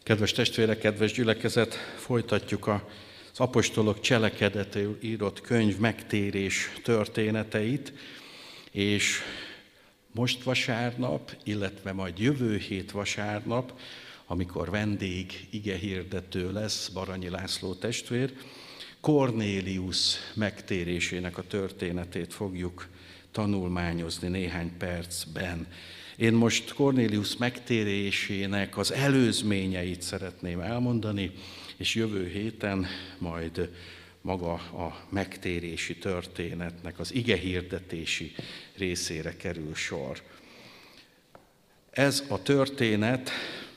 Kedves testvérek, kedves gyülekezet, folytatjuk az apostolok cselekedetről írott könyv megtérés történeteit, és most vasárnap, illetve majd jövő hét vasárnap, amikor vendég igehirdető lesz Baranyi László testvér, Kornélius megtérésének a történetét fogjuk tanulmányozni néhány percben. Én most Kornélius megtérésének az előzményeit szeretném elmondani, és jövő héten majd maga a megtérési történetnek az igehirdetési részére kerül sor. Ez a történet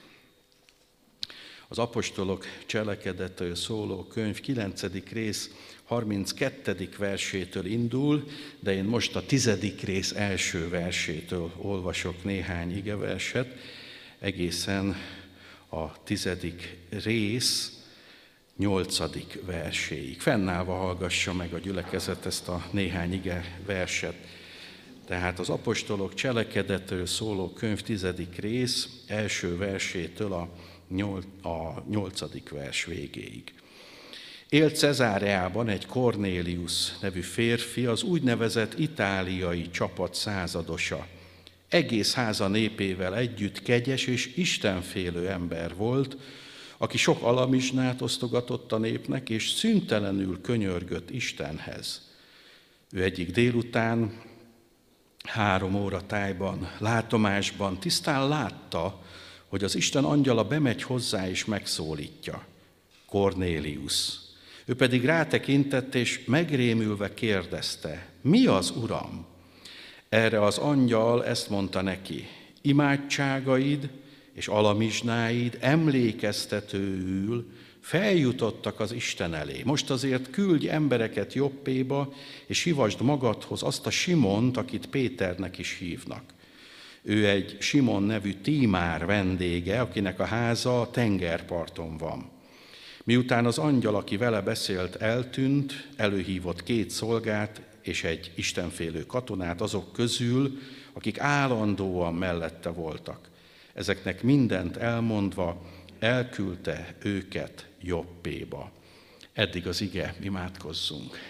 az apostolok cselekedetről szóló könyv 9. rész 32. versétől indul, de én most a 10. rész első versétől olvasok néhány igeverset, egészen a 10. rész 8. verséig. Fennállva hallgassa meg a gyülekezet ezt a néhány igeverset. Tehát az apostolok cselekedetről szóló könyv 10. rész első versétől a 8. vers végéig. Élt Cezáreában egy Kornélius nevű férfi, az úgynevezett itáliai csapat századosa. Egész háza népével együtt kegyes és istenfélő ember volt, aki sok alamizsnát osztogatott a népnek, és szüntelenül könyörgött Istenhez. Ő egyik délután 3 óra tájban, látomásban tisztán látta, hogy az Isten angyala bemegy hozzá és megszólítja. Kornélius. Ő pedig rátekintett és megrémülve kérdezte, mi az, Uram? Erre az angyal ezt mondta neki, imádságaid és alamizsnáid emlékeztetőül feljutottak az Isten elé. Most azért küldj embereket Joppéba, és hívasd magadhoz azt a Simont, akit Péternek is hívnak. Ő egy Simon nevű tímár vendége, akinek a háza a tengerparton van. Miután az angyal, aki vele beszélt, eltűnt, előhívott 2 szolgát és egy istenfélő katonát azok közül, akik állandóan mellette voltak. Ezeknek mindent elmondva elküldte őket Joppéba. Eddig az ige, imádkozzunk.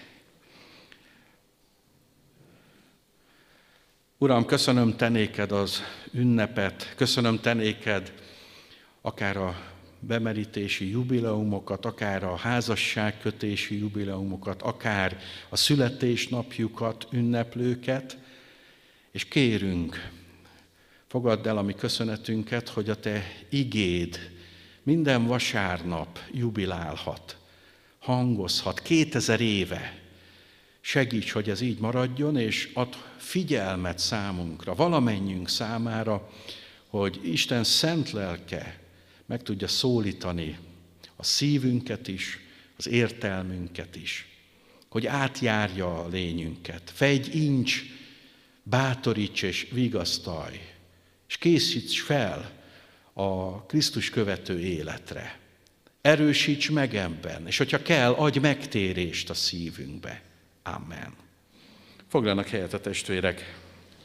Uram, köszönöm Te néked az ünnepet, köszönöm Te néked akár a bemerítési jubileumokat, akár a házasságkötési jubileumokat, akár a születésnapjukat, ünneplőket, és kérünk, fogadd el a mi köszönetünket, hogy a Te igéd minden vasárnap jubilálhat, hangozhat, 2000 éve. Segíts, hogy ez így maradjon, és add figyelmet számunkra, valamennyünk számára, hogy Isten szent lelke meg tudja szólítani a szívünket is, az értelmünket is, hogy átjárja a lényünket. Fegy, incs, bátoríts és vigasztalj, és készíts fel a Krisztus követő életre. Erősíts meg ebben, és hogyha kell, adj megtérést a szívünkbe. Amen. Foglalnak helyet a testvérek.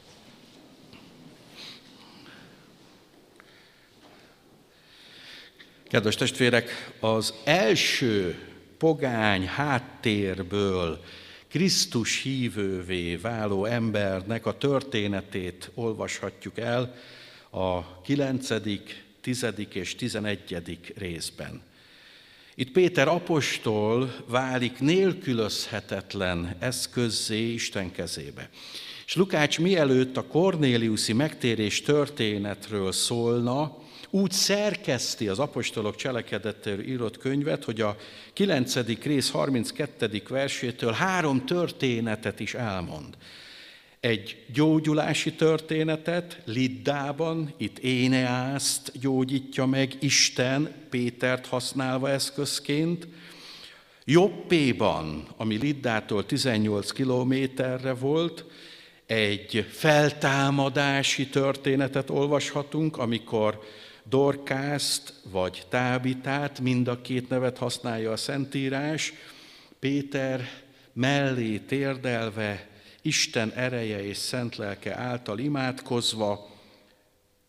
Kedves testvérek, az első pogány háttérből Krisztus hívővé váló embernek a történetét olvashatjuk el a 9., 10. és 11. részben. Itt Péter apostol válik nélkülözhetetlen eszközzé Isten kezébe. És Lukács mielőtt a kornéliuszi megtérés történetről szólna, úgy szerkeszti az apostolok cselekedetéről írott könyvet, hogy a 9. rész 32. versétől 3 történetet is elmond. Egy gyógyulási történetet Liddában, itt Éneászt gyógyítja meg Isten, Pétert használva eszközként. Joppéban, ami Liddától 18 kilométerre volt, egy feltámadási történetet olvashatunk, amikor Dorkászt vagy Tábitát, mind a 2 nevet használja a Szentírás, Péter mellé térdelve, Isten ereje és szent lelke által imádkozva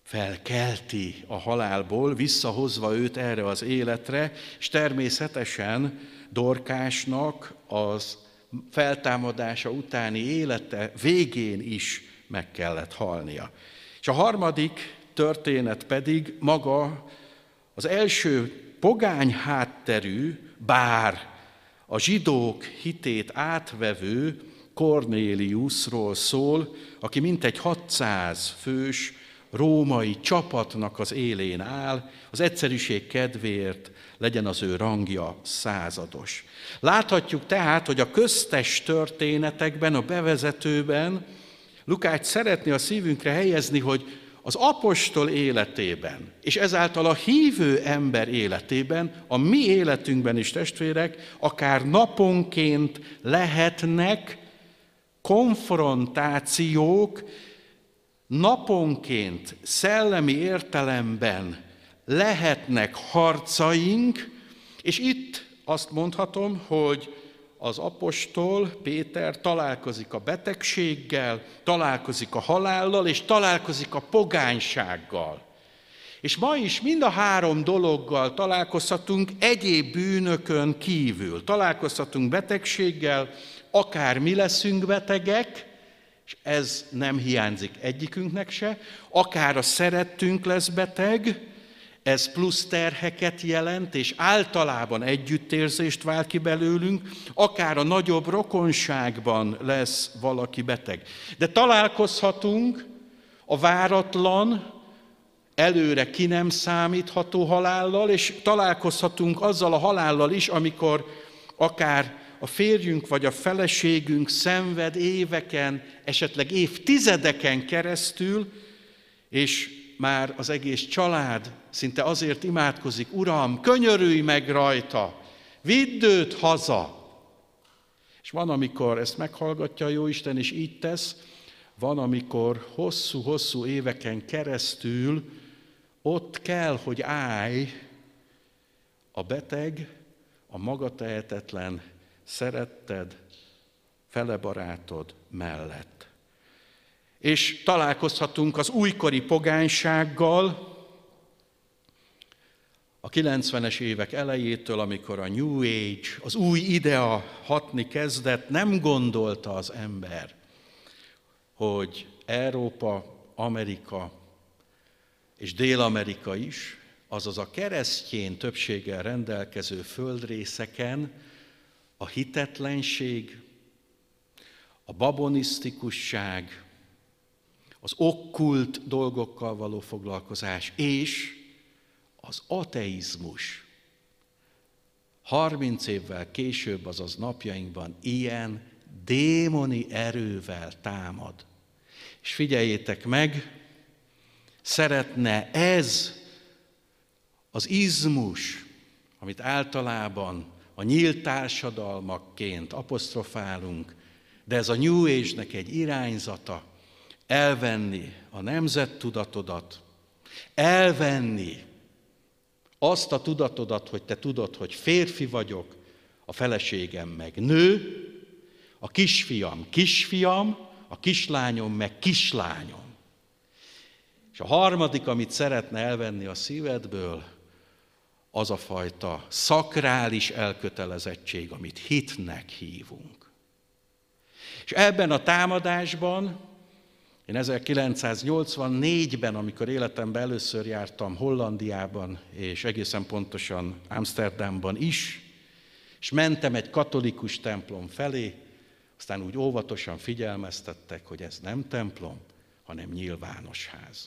felkelti a halálból, visszahozva őt erre az életre, és természetesen Dorkásnak az feltámadása utáni élete végén is meg kellett halnia. És a harmadik történet pedig maga az első pogány hátterű, bár a zsidók hitét átvevő Kornéliusról szól, aki mintegy 600 fős római csapatnak az élén áll, az egyszerűség kedvéért legyen az ő rangja százados. Láthatjuk tehát, hogy a köztes történetekben, a bevezetőben Lukács szeretné a szívünkre helyezni, hogy az apostol életében, és ezáltal a hívő ember életében, a mi életünkben is, testvérek, akár naponként lehetnek konfrontációk, naponként szellemi értelemben lehetnek harcaink, és itt azt mondhatom, hogy az apostol Péter találkozik a betegséggel, találkozik a halállal, és találkozik a pogánysággal. És ma is mind a három dologgal találkozhatunk egyéb bűnökön kívül. Találkozhatunk betegséggel, akár mi leszünk betegek, és ez nem hiányzik egyikünknek se, akár a szerettünk lesz beteg, ez plusz terheket jelent, és általában együttérzést vált ki belőlünk, akár a nagyobb rokonságban lesz valaki beteg. De találkozhatunk a váratlan, előre ki nem számítható halállal, és találkozhatunk azzal a halállal is, amikor akár a férjünk vagy a feleségünk szenved éveken, esetleg évtizedeken keresztül, és már az egész család szinte azért imádkozik, Uram, könyörülj meg rajta, vidd őt haza. És van, amikor ezt meghallgatja a Jóisten, és így tesz, van, amikor hosszú-hosszú éveken keresztül ott kell, hogy állj a beteg, a magatehetetlen, szeretted, felebarátod mellett. És találkozhatunk az újkori pogánysággal, a 90-es évek elejétől, amikor a New Age, az új idea hatni kezdett, nem gondolta az ember, hogy Európa, Amerika és Dél-Amerika is, azaz a keresztény többséggel rendelkező földrészeken a hitetlenség, a babonisztikusság, az okkult dolgokkal való foglalkozás és az ateizmus 30 évvel később, azaz napjainkban ilyen démoni erővel támad. És figyeljétek meg, szeretne ez az izmus, amit általában a nyílt társadalmakként apostrofálunk, de ez a New Age-nek egy irányzata, elvenni a nemzettudatodat, elvenni azt a tudatodat, hogy te tudod, hogy férfi vagyok, a feleségem meg nő, a kisfiam kisfiam, a kislányom meg kislányom. És a harmadik, amit szeretne elvenni a szívedből, az a fajta szakrális elkötelezettség, amit hitnek hívunk. És ebben a támadásban, én 1984-ben, amikor életemben először jártam Hollandiában, és egészen pontosan Amsterdamban is, és mentem egy katolikus templom felé, aztán úgy óvatosan figyelmeztettek, hogy ez nem templom, hanem nyilvános ház.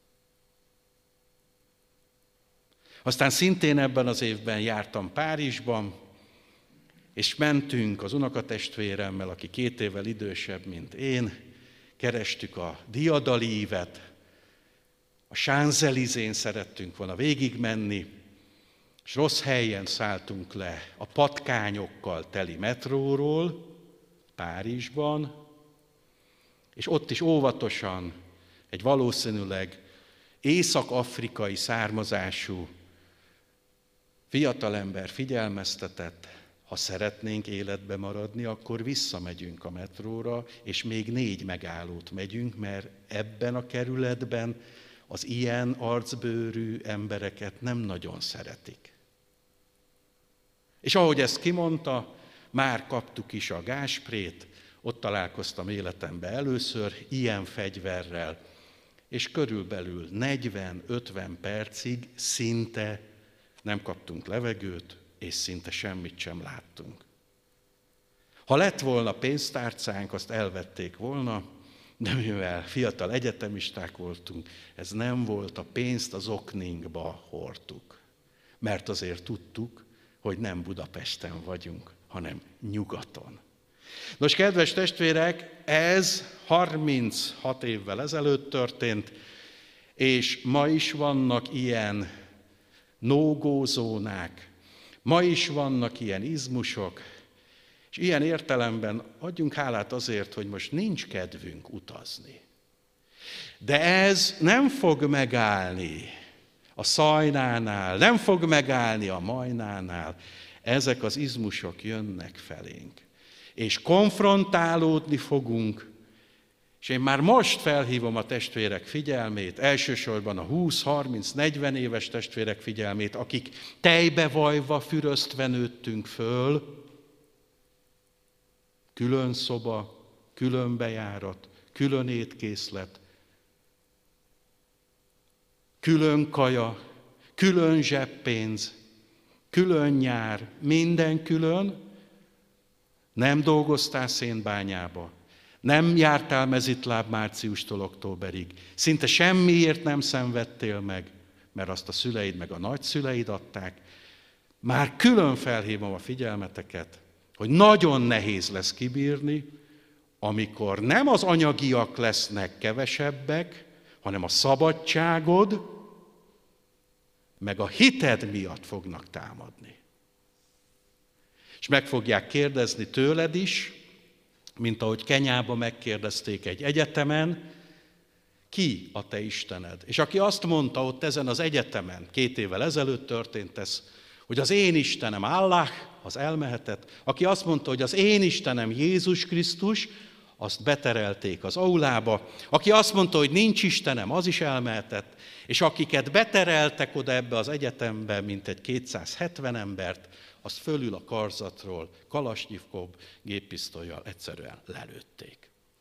Aztán szintén ebben az évben jártam Párizsban, és mentünk az unokatestvéremmel, aki 2 évvel idősebb, mint én, kerestük a diadalívet, a Champs-Élysén szerettünk volna végigmenni, és rossz helyen szálltunk le a patkányokkal teli metróról, Párizsban, és ott is óvatosan egy valószínűleg észak-afrikai származású fiatalember figyelmeztetett, ha szeretnénk életbe maradni, akkor visszamegyünk a metróra, és még 4 megállót megyünk, mert ebben a kerületben az ilyen arcbőrű embereket nem nagyon szeretik. És ahogy ezt kimondta, már kaptuk is a gázsprét, ott találkoztam életemben először ilyen fegyverrel, és körülbelül 40-50 percig szinte nem kaptunk levegőt, és szinte semmit sem láttunk. Ha lett volna pénztárcánk, azt elvették volna, de mivel fiatal egyetemisták voltunk, ez nem volt, a pénzt az okninkba hordtuk. Mert azért tudtuk, hogy nem Budapesten vagyunk, hanem nyugaton. Nos, kedves testvérek, ez 36 évvel ezelőtt történt, és ma is vannak ilyen no-go zónák, ma is vannak ilyen izmusok, és ilyen értelemben adjunk hálát azért, hogy most nincs kedvünk utazni. De ez nem fog megállni a Szajnánál, nem fog megállni a Majnánál. Ezek az izmusok jönnek felénk. És konfrontálódni fogunk, és én már most felhívom a testvérek figyelmét, elsősorban a 20-30-40 éves testvérek figyelmét, akik tejbe vajva, füröztve nőttünk föl, külön szoba, külön bejárat, külön étkészlet, külön kaja, külön zseppénz, külön nyár, minden külön. Nem dolgoztál szénbányába, nem jártál mezitláb márciustól októberig, szinte semmiért nem szenvedtél meg, mert azt a szüleid meg a nagyszüleid adták. Már külön felhívom a figyelmeteket, hogy nagyon nehéz lesz kibírni, amikor nem az anyagiak lesznek kevesebbek, hanem a szabadságod, meg a hited miatt fognak támadni. És meg fogják kérdezni tőled is, mint ahogy Kenyában megkérdezték egy egyetemen, ki a te Istened? És aki azt mondta ott ezen az egyetemen, 2 évvel ezelőtt történt ez, hogy az én Istenem Allah, az elmehetett. Aki azt mondta, hogy az én Istenem Jézus Krisztus, azt beterelték az aulába. Aki azt mondta, hogy nincs Istenem, az is elmehetett. És akiket betereltek oda ebbe az egyetembe, mint egy 270 embert, azt fölül a karzatról Kalasnyikov géppisztollyal egyszerűen lelőtték.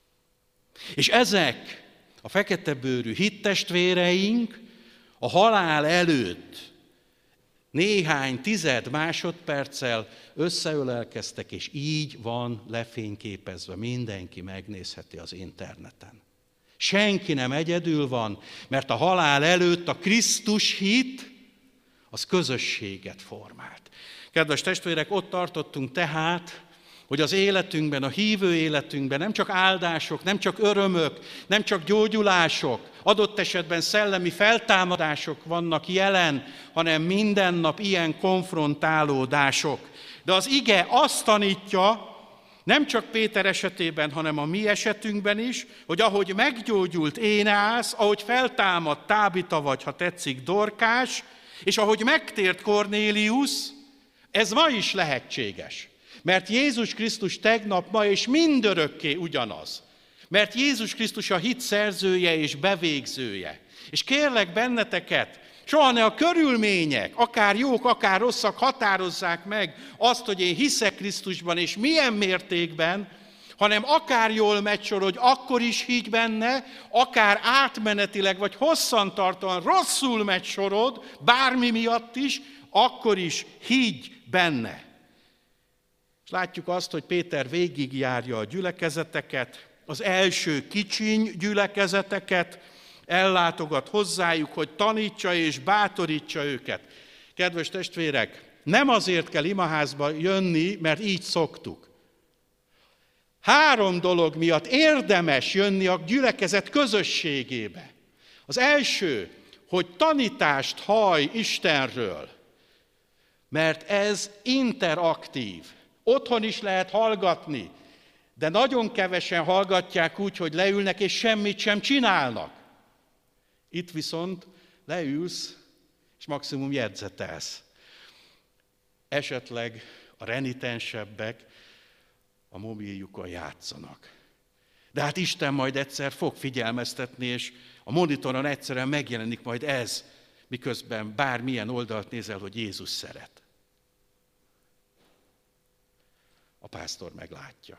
És ezek a feketebőrű hittestvéreink a halál előtt néhány tized másodperccel összeölelkeztek, és így van lefényképezve, mindenki megnézheti az interneten. Senki nem egyedül van, mert a halál előtt a Krisztus hit, az közösséget formált. Kedves testvérek, ott tartottunk tehát, hogy az életünkben, a hívő életünkben nem csak áldások, nem csak örömök, nem csak gyógyulások, adott esetben szellemi feltámadások vannak jelen, hanem minden nap ilyen konfrontálódások. De az ige azt tanítja, nem csak Péter esetében, hanem a mi esetünkben is, hogy ahogy meggyógyult Éneász, ahogy feltámadt Tábita, vagy ha tetszik Dorkás, és ahogy megtért Kornélius, ez ma is lehetséges. Mert Jézus Krisztus tegnap, ma és mindörökké ugyanaz. Mert Jézus Krisztus a hit szerzője és bevégzője. És kérlek benneteket, soha ne a körülmények, akár jók, akár rosszak határozzák meg azt, hogy én hiszek Krisztusban, és milyen mértékben, hanem akár jól megy sor, hogy akkor is higgy benne, akár átmenetileg, vagy hosszantartóan rosszul megy sorod, bármi miatt is, akkor is higgy benne. És látjuk azt, hogy Péter végigjárja a gyülekezeteket, az első kicsiny gyülekezeteket, ellátogat hozzájuk, hogy tanítsa és bátorítsa őket. Kedves testvérek, nem azért kell imaházba jönni, mert így szoktuk. 3 dolog miatt érdemes jönni a gyülekezet közösségébe. Az első, hogy tanítást hallj Istenről, mert ez interaktív. Otthon is lehet hallgatni, de nagyon kevesen hallgatják úgy, hogy leülnek és semmit sem csinálnak. Itt viszont leülsz, és maximum jegyzetelsz. Esetleg a renitensebbek a mobiljukon játszanak. De hát Isten majd egyszer fog figyelmeztetni, és A monitoron egyszerűen megjelenik majd ez, miközben bármilyen oldalt nézel, hogy Jézus szeret. A pásztor meglátja.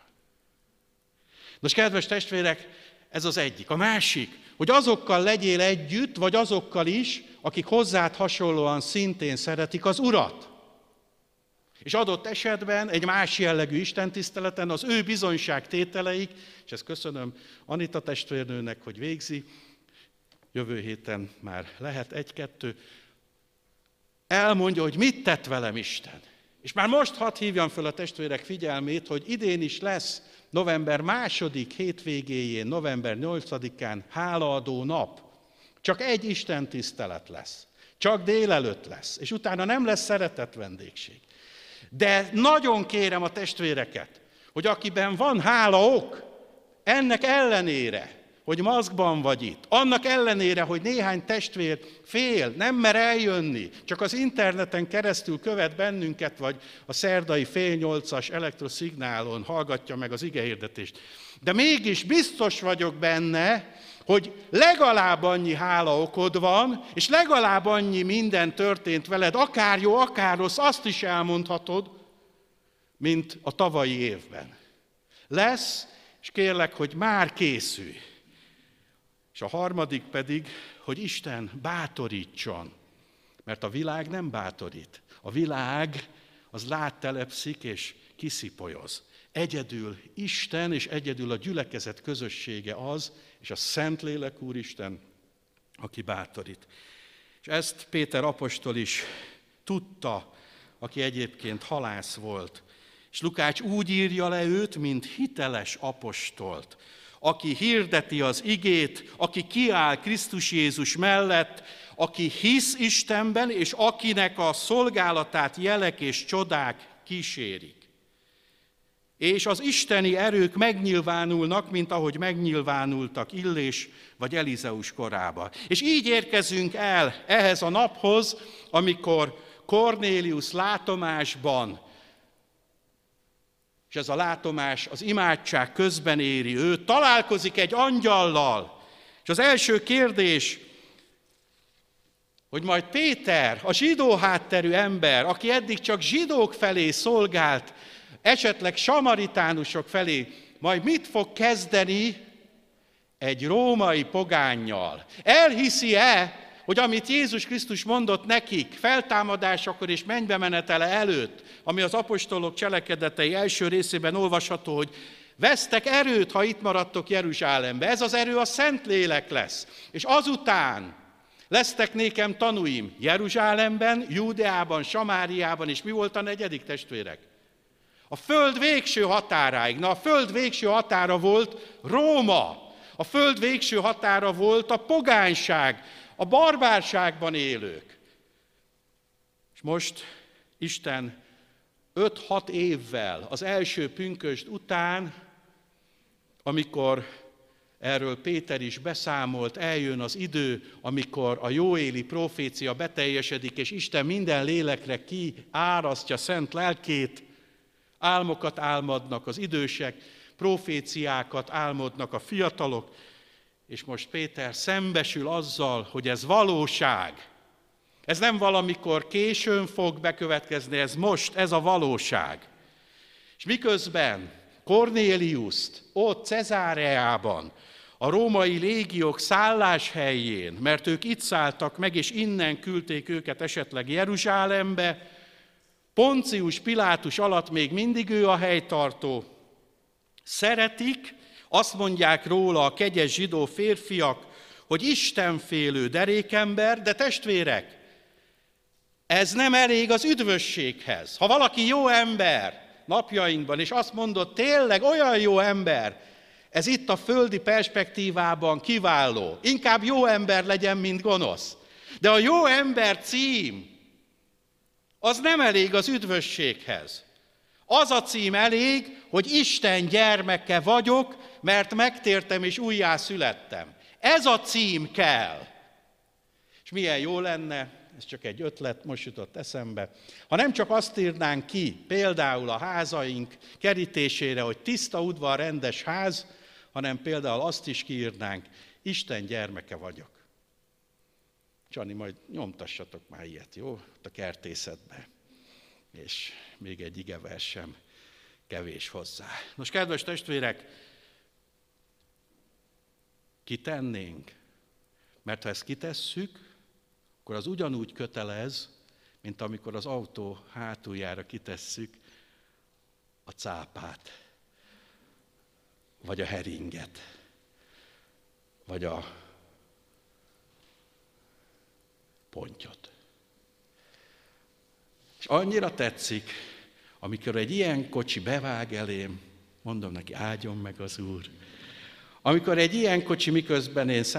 Nos, kedves testvérek, ez az egyik. A másik, hogy azokkal legyél együtt, vagy azokkal is, akik hozzád hasonlóan szintén szeretik az Urat. És adott esetben egy más jellegű istentiszteleten az ő bizonyságtételeik, és ezt köszönöm Anita testvérnőnek, hogy végzi, jövő héten már lehet egy-kettő, elmondja, hogy mit tett velem Isten. És már most hadd hívjam föl a testvérek figyelmét, hogy idén is lesz november 2. hétvégéjén, november 8-án hálaadó nap. Csak egy istentisztelet lesz. Csak délelőtt lesz. És utána nem lesz szeretett vendégség. De nagyon kérem a testvéreket, hogy akiben van hálaok, ennek ellenére, hogy maszkban vagy itt, annak ellenére, hogy néhány testvér fél, nem mer eljönni, csak az interneten keresztül követ bennünket, vagy a szerdai 7:30 elektroszignálon hallgatja meg az igehirdetést. De mégis biztos vagyok benne, hogy legalább annyi hálaokod van, és legalább annyi minden történt veled, akár jó, akár rossz, azt is elmondhatod, mint a tavalyi évben. Lesz, és kérlek, hogy már készülj. És a harmadik pedig, hogy Isten bátorítson, mert a világ nem bátorít. A világ az láttelepszik és kiszipolyoz. Egyedül Isten és egyedül a gyülekezet közössége az, és a Szentlélek Úristen, aki bátorít. És ezt Péter apostol is tudta, aki egyébként halász volt. És Lukács úgy írja le őt, mint hiteles apostolt, aki hirdeti az igét, aki kiáll Krisztus Jézus mellett, aki hisz Istenben, és akinek a szolgálatát jelek és csodák kísérik. És az isteni erők megnyilvánulnak, mint ahogy megnyilvánultak Illés vagy Elizeus korába. És így érkezünk el ehhez a naphoz, amikor Kornélius látomásban, és ez a látomás az imádság közben éri őt, találkozik egy angyallal. És az első kérdés, hogy majd Péter, a zsidó hátterű ember, aki eddig csak zsidók felé szolgált, esetleg samaritánusok felé, majd mit fog kezdeni egy római pogánnyal? Elhiszi-e, hogy amit Jézus Krisztus mondott nekik feltámadásakor és mennybe menetele előtt, ami az apostolok cselekedetei első részében olvasható, hogy vesztek erőt, ha itt maradtok Jeruzsálembe. Ez az erő a Szentlélek lesz. És azután lesztek nékem tanúim Jeruzsálemben, Júdeában, Samáriában, és mi volt a negyedik, testvérek? A föld végső határáig. Na, a föld végső határa volt Róma. A föld végső határa volt a pogányság, a barbárságban élők. És most Isten 5-6 évvel az első pünkösd után, amikor erről Péter is beszámolt, eljön az idő, amikor a jóéli profécia beteljesedik, és Isten minden lélekre kiárasztja szent lelkét, álmokat álmodnak az idősek, proféciákat álmodnak a fiatalok, és most Péter szembesül azzal, hogy ez valóság. Ez nem valamikor későn fog bekövetkezni, ez most, ez a valóság. És miközben Kornéliuszt ott Cezáreában, a római légiók szálláshelyén, mert ők itt szálltak meg, és innen küldték őket esetleg Jeruzsálembe, Poncius Pilátus alatt még mindig ő a helytartó. Szeretik, azt mondják róla a kegyes zsidó férfiak, hogy istenfélő derékember, de testvérek, ez nem elég az üdvösséghez. Ha valaki jó ember napjainkban, és azt mondod, tényleg olyan jó ember, ez itt a földi perspektívában kiváló. Inkább jó ember legyen, mint gonosz. De a jó ember cím, az nem elég az üdvösséghez. Az a cím elég, hogy Isten gyermeke vagyok, mert megtértem és újjászülettem. Ez a cím kell. És milyen jó lenne, ez csak egy ötlet, most jutott eszembe, ha nem csak azt írnánk ki, például a házaink kerítésére, hogy tiszta udvar, rendes ház, hanem például azt is kiírnánk, Isten gyermeke vagyok. Csani, majd nyomtassatok már ilyet, jó? Ott a kertészetbe. És még egy igeversem kevés hozzá. Nos, kedves testvérek, kitennénk, mert ha ezt kitesszük, akkor az ugyanúgy kötelez, mint amikor az autó hátuljára kitesszük a cápát, vagy a heringet, vagy a pontyot. És annyira tetszik, amikor egy ilyen kocsi bevág elém, mondom neki, áldjon meg az Úr. Amikor egy ilyen kocsi, miközben én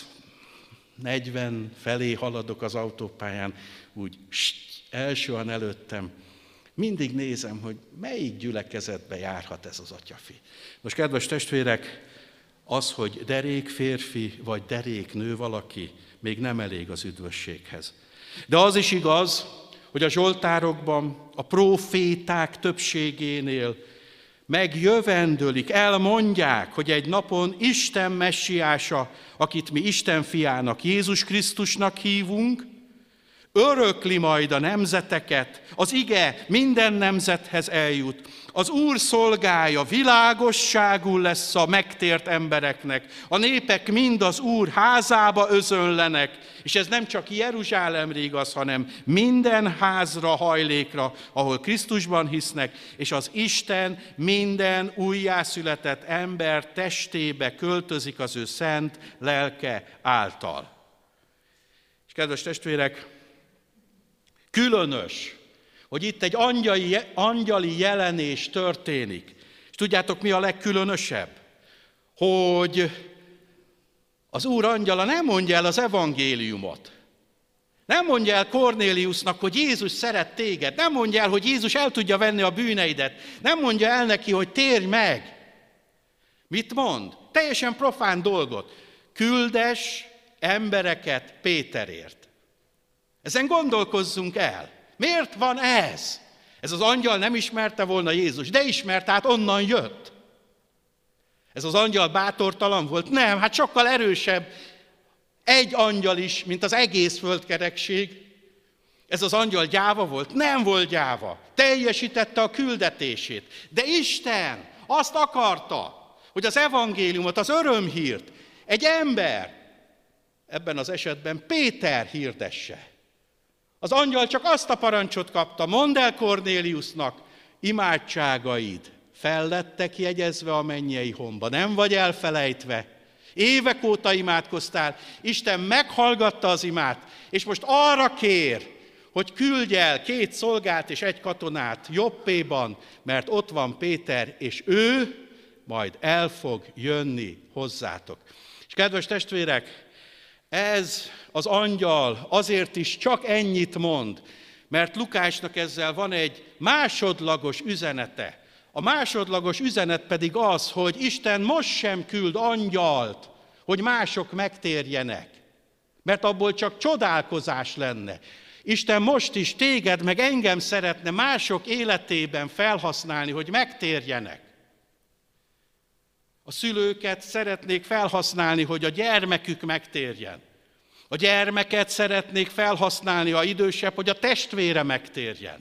140 felé haladok az autópályán, úgy elsően előttem, mindig nézem, hogy melyik gyülekezetbe járhat ez az atyafi. Most, kedves testvérek, az, hogy derék férfi vagy derék nő valaki, még nem elég az üdvösséghez. De az is igaz, hogy a zsoltárokban, a próféták többségénél megjövendölik, elmondják, hogy egy napon Isten messiása, akit mi Isten fiának, Jézus Krisztusnak hívunk, örökli majd a nemzeteket, az ige minden nemzethez eljut. Az Úr szolgája világosságú lesz a megtért embereknek. A népek mind az Úr házába özönlenek, és ez nem csak Jeruzsálemre igaz, hanem minden házra, hajlékra, ahol Krisztusban hisznek, és az Isten minden újjászületett ember testébe költözik az ő szent lelke által. És kedves testvérek, különös, hogy itt egy angyali jelenés történik. És tudjátok, mi a legkülönösebb? Hogy az Úr angyala nem mondja el az evangéliumot. Nem mondja el Kornéliusnak, hogy Jézus szeret téged. Nem mondja el, hogy Jézus el tudja venni a bűneidet. Nem mondja el neki, hogy térj meg. Mit mond? Teljesen profán dolgot. Küldes embereket Péterért. Ezen gondolkozzunk el. Miért van ez? Ez az angyal nem ismerte volna Jézus, de ismert, hát onnan jött. Ez az angyal bátortalan volt? Nem, hát sokkal erősebb egy angyal is, mint az egész földkerekség. Ez az angyal gyáva volt? Nem volt gyáva. Teljesítette a küldetését. De Isten azt akarta, hogy az evangéliumot, az örömhírt egy ember, ebben az esetben Péter hirdesse. Az angyal csak azt a parancsot kapta, mondd el Kornéliusnak, imádságaid fel lettek jegyezve a mennyei honba, nem vagy elfelejtve. Évek óta imádkoztál, Isten meghallgatta az imát, és most arra kér, hogy küldj el 2 szolgát és 1 katonát Joppéban, mert ott van Péter, és ő majd el fog jönni hozzátok. És kedves testvérek, ez az angyal azért is csak ennyit mond, mert Lukásnak ezzel van egy másodlagos üzenete. A másodlagos üzenet pedig az, hogy Isten most sem küld angyalt, hogy mások megtérjenek, mert abból csak csodálkozás lenne. Isten most is téged meg engem szeretne mások életében felhasználni, hogy megtérjenek. A szülőket szeretnék felhasználni, hogy a gyermekük megtérjen. A gyermeket szeretnék felhasználni, ha idősebb, hogy a testvére megtérjen.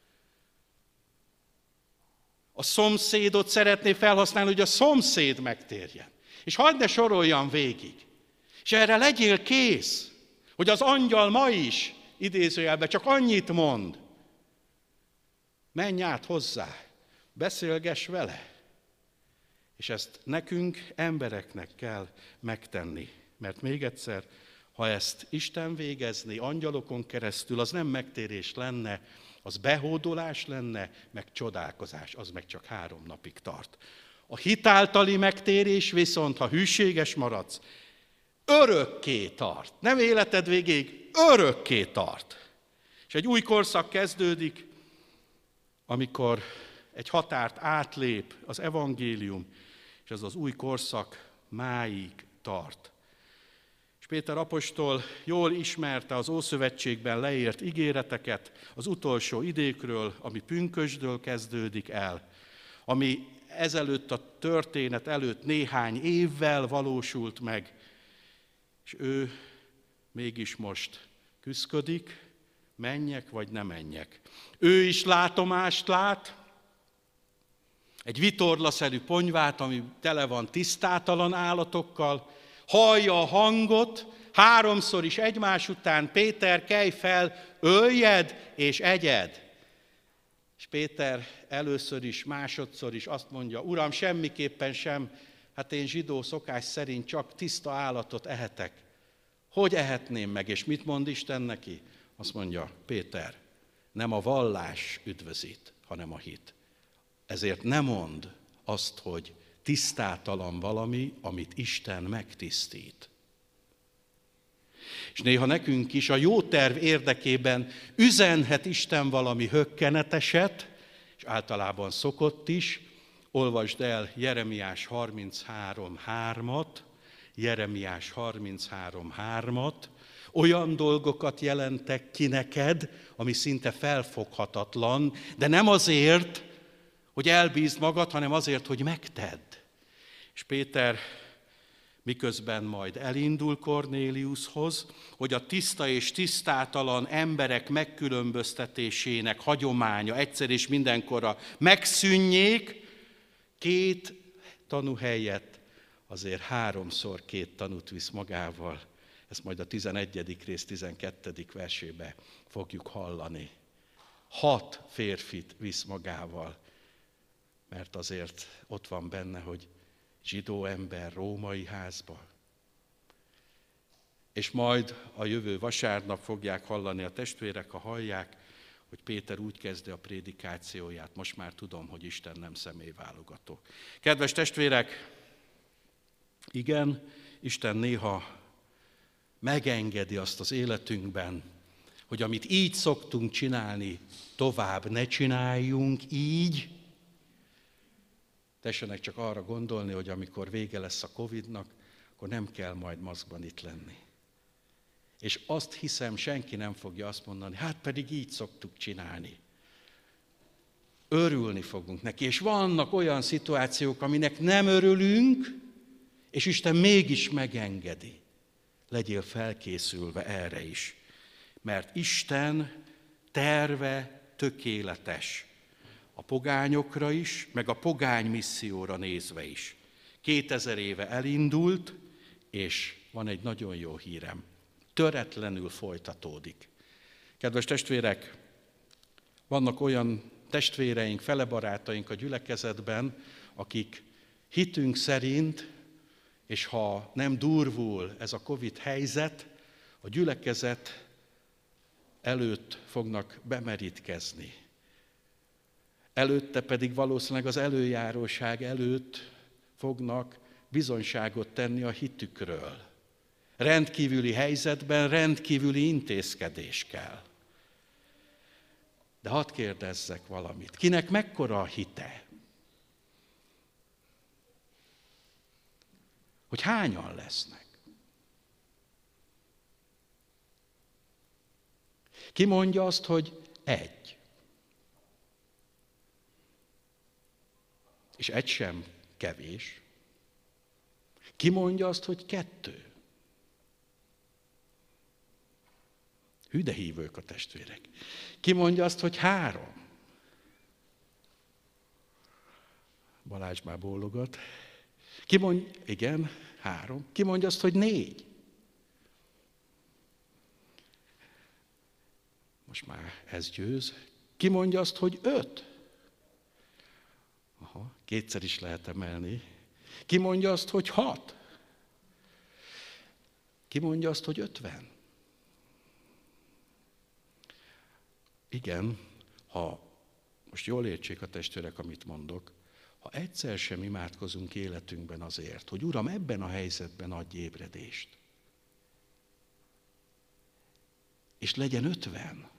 A szomszédot szeretné felhasználni, hogy a szomszéd megtérjen. És hagyd ne soroljam végig. És erre legyél kész, hogy az angyal ma is, idézőjelben, csak annyit mond. Menj át hozzá, beszélgess vele. És ezt nekünk, embereknek kell megtenni. Mert még egyszer, ha ezt Isten végezné angyalokon keresztül, az nem megtérés lenne, az behódolás lenne, meg csodálkozás, az meg csak 3 napig tart. A hitáltali megtérés viszont, ha hűséges maradsz, örökké tart. Nem életed végéig, örökké tart. És egy új korszak kezdődik, amikor egy határt átlép az evangélium, és ez az új korszak máig tart. És Péter apostol jól ismerte az Ószövetségben leírt ígéreteket az utolsó időkről, ami pünkösdől kezdődik el, ami ezelőtt a történet előtt néhány évvel valósult meg, és ő mégis most küszködik, menjek vagy ne menjek. Ő is látomást lát, egy vitorlaszerű ponyvát, ami tele van tisztátalan állatokkal, hallja a hangot, 3-szor is egymás után: Péter, kelj fel, öljed és egyed. És Péter először is, másodszor is azt mondja: Uram, semmiképpen sem, hát én zsidó szokás szerint csak tiszta állatot ehetek. Hogy ehetném meg? És mit mond Isten neki? Azt mondja: Péter, nem a vallás üdvözít, hanem a hit. Ezért ne mondd azt, hogy tisztátalan valami, amit Isten megtisztít. És néha nekünk is a jó terv érdekében üzenhet Isten valami hökkeneteset, és általában szokott is. Olvasd el Jeremiás 33:3-at, Jeremiás 33:3-at, olyan dolgokat jelentek ki neked, ami szinte felfoghatatlan, de nem azért, hogy elbízd magad, hanem azért, hogy megtedd. És Péter miközben majd elindul Kornéliushoz, hogy a tiszta és tisztátalan emberek megkülönböztetésének hagyománya egyszer és mindenkorra megszűnjék, 2 tanú helyett azért 3-szor 2 tanút visz magával. Ezt majd a 11. rész 12. versébe fogjuk hallani. 6 férfit visz magával, mert azért ott van benne, hogy zsidó ember római házba. És majd a jövő vasárnap fogják hallani a testvérek, ha hallják, hogy Péter úgy kezdi a prédikációját: most már tudom, hogy Isten nem személyválogató. Kedves testvérek, igen, Isten néha megengedi azt az életünkben, hogy amit így szoktunk csinálni, tovább ne csináljunk így. Tessenek csak arra gondolni, hogy amikor vége lesz a Covid-nak, akkor nem kell majd maszkban itt lenni. És azt hiszem, senki nem fogja azt mondani: hát pedig így szoktuk csinálni. Örülni fogunk neki, és vannak olyan szituációk, aminek nem örülünk, és Isten mégis megengedi. Legyél felkészülve erre is, mert Isten terve tökéletes. A pogányokra is, meg a pogány misszióra nézve is. 2000 éve elindult, és van egy nagyon jó hírem: töretlenül folytatódik. Kedves testvérek, vannak olyan testvéreink, felebarátaink a gyülekezetben, akik hitünk szerint, és ha nem durvul ez a Covid helyzet, a gyülekezet előtt fognak bemerítkezni. Előtte pedig valószínűleg az előjáróság előtt fognak bizonyságot tenni a hitükről. Rendkívüli helyzetben rendkívüli intézkedés kell. De hadd kérdezzek valamit. Kinek mekkora a hite? Hogy hányan lesznek? Ki mondja azt, hogy 1? És 1 sem kevés. Ki mondja azt, hogy 2? Hű, de hívők a testvérek. Ki mondja azt, hogy 3? Balázs már bólogat. Ki mondja, igen, 3. Ki mondja azt, hogy 4? Most már ez győz. Ki mondja azt, hogy 5? Aha, 2-szer is lehet emelni. Ki mondja azt, hogy 6? Ki mondja azt, hogy 50? Igen, ha most jól értsék a testvérek, amit mondok, ha egyszer sem imádkozunk életünkben azért, hogy Uram, ebben a helyzetben adj ébredést, és legyen 50,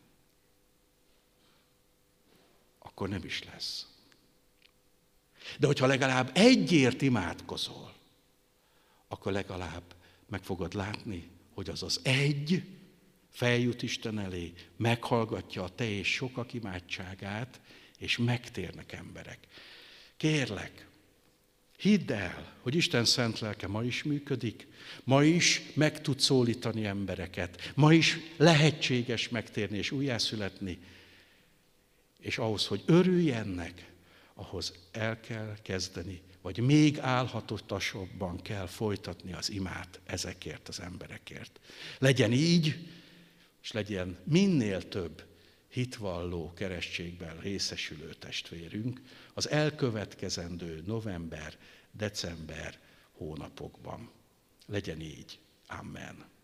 akkor nem is lesz. De hogyha legalább 1ért imádkozol, akkor legalább meg fogod látni, hogy az az 1 feljut Isten elé, meghallgatja a te és sokak imádságát, és megtérnek emberek. Kérlek, Hidd el, hogy Isten szent lelke ma is működik, ma is meg tud szólítani embereket, ma is lehetséges megtérni és újjászületni, és ahhoz, hogy örülj ennek, ahhoz el kell kezdeni, vagy még álhatatosabban kell folytatni az imát ezekért az emberekért. Legyen így, és legyen minél több hitvalló keresztségben részesülő testvérünk az elkövetkezendő november, december hónapokban. Legyen így. Amen.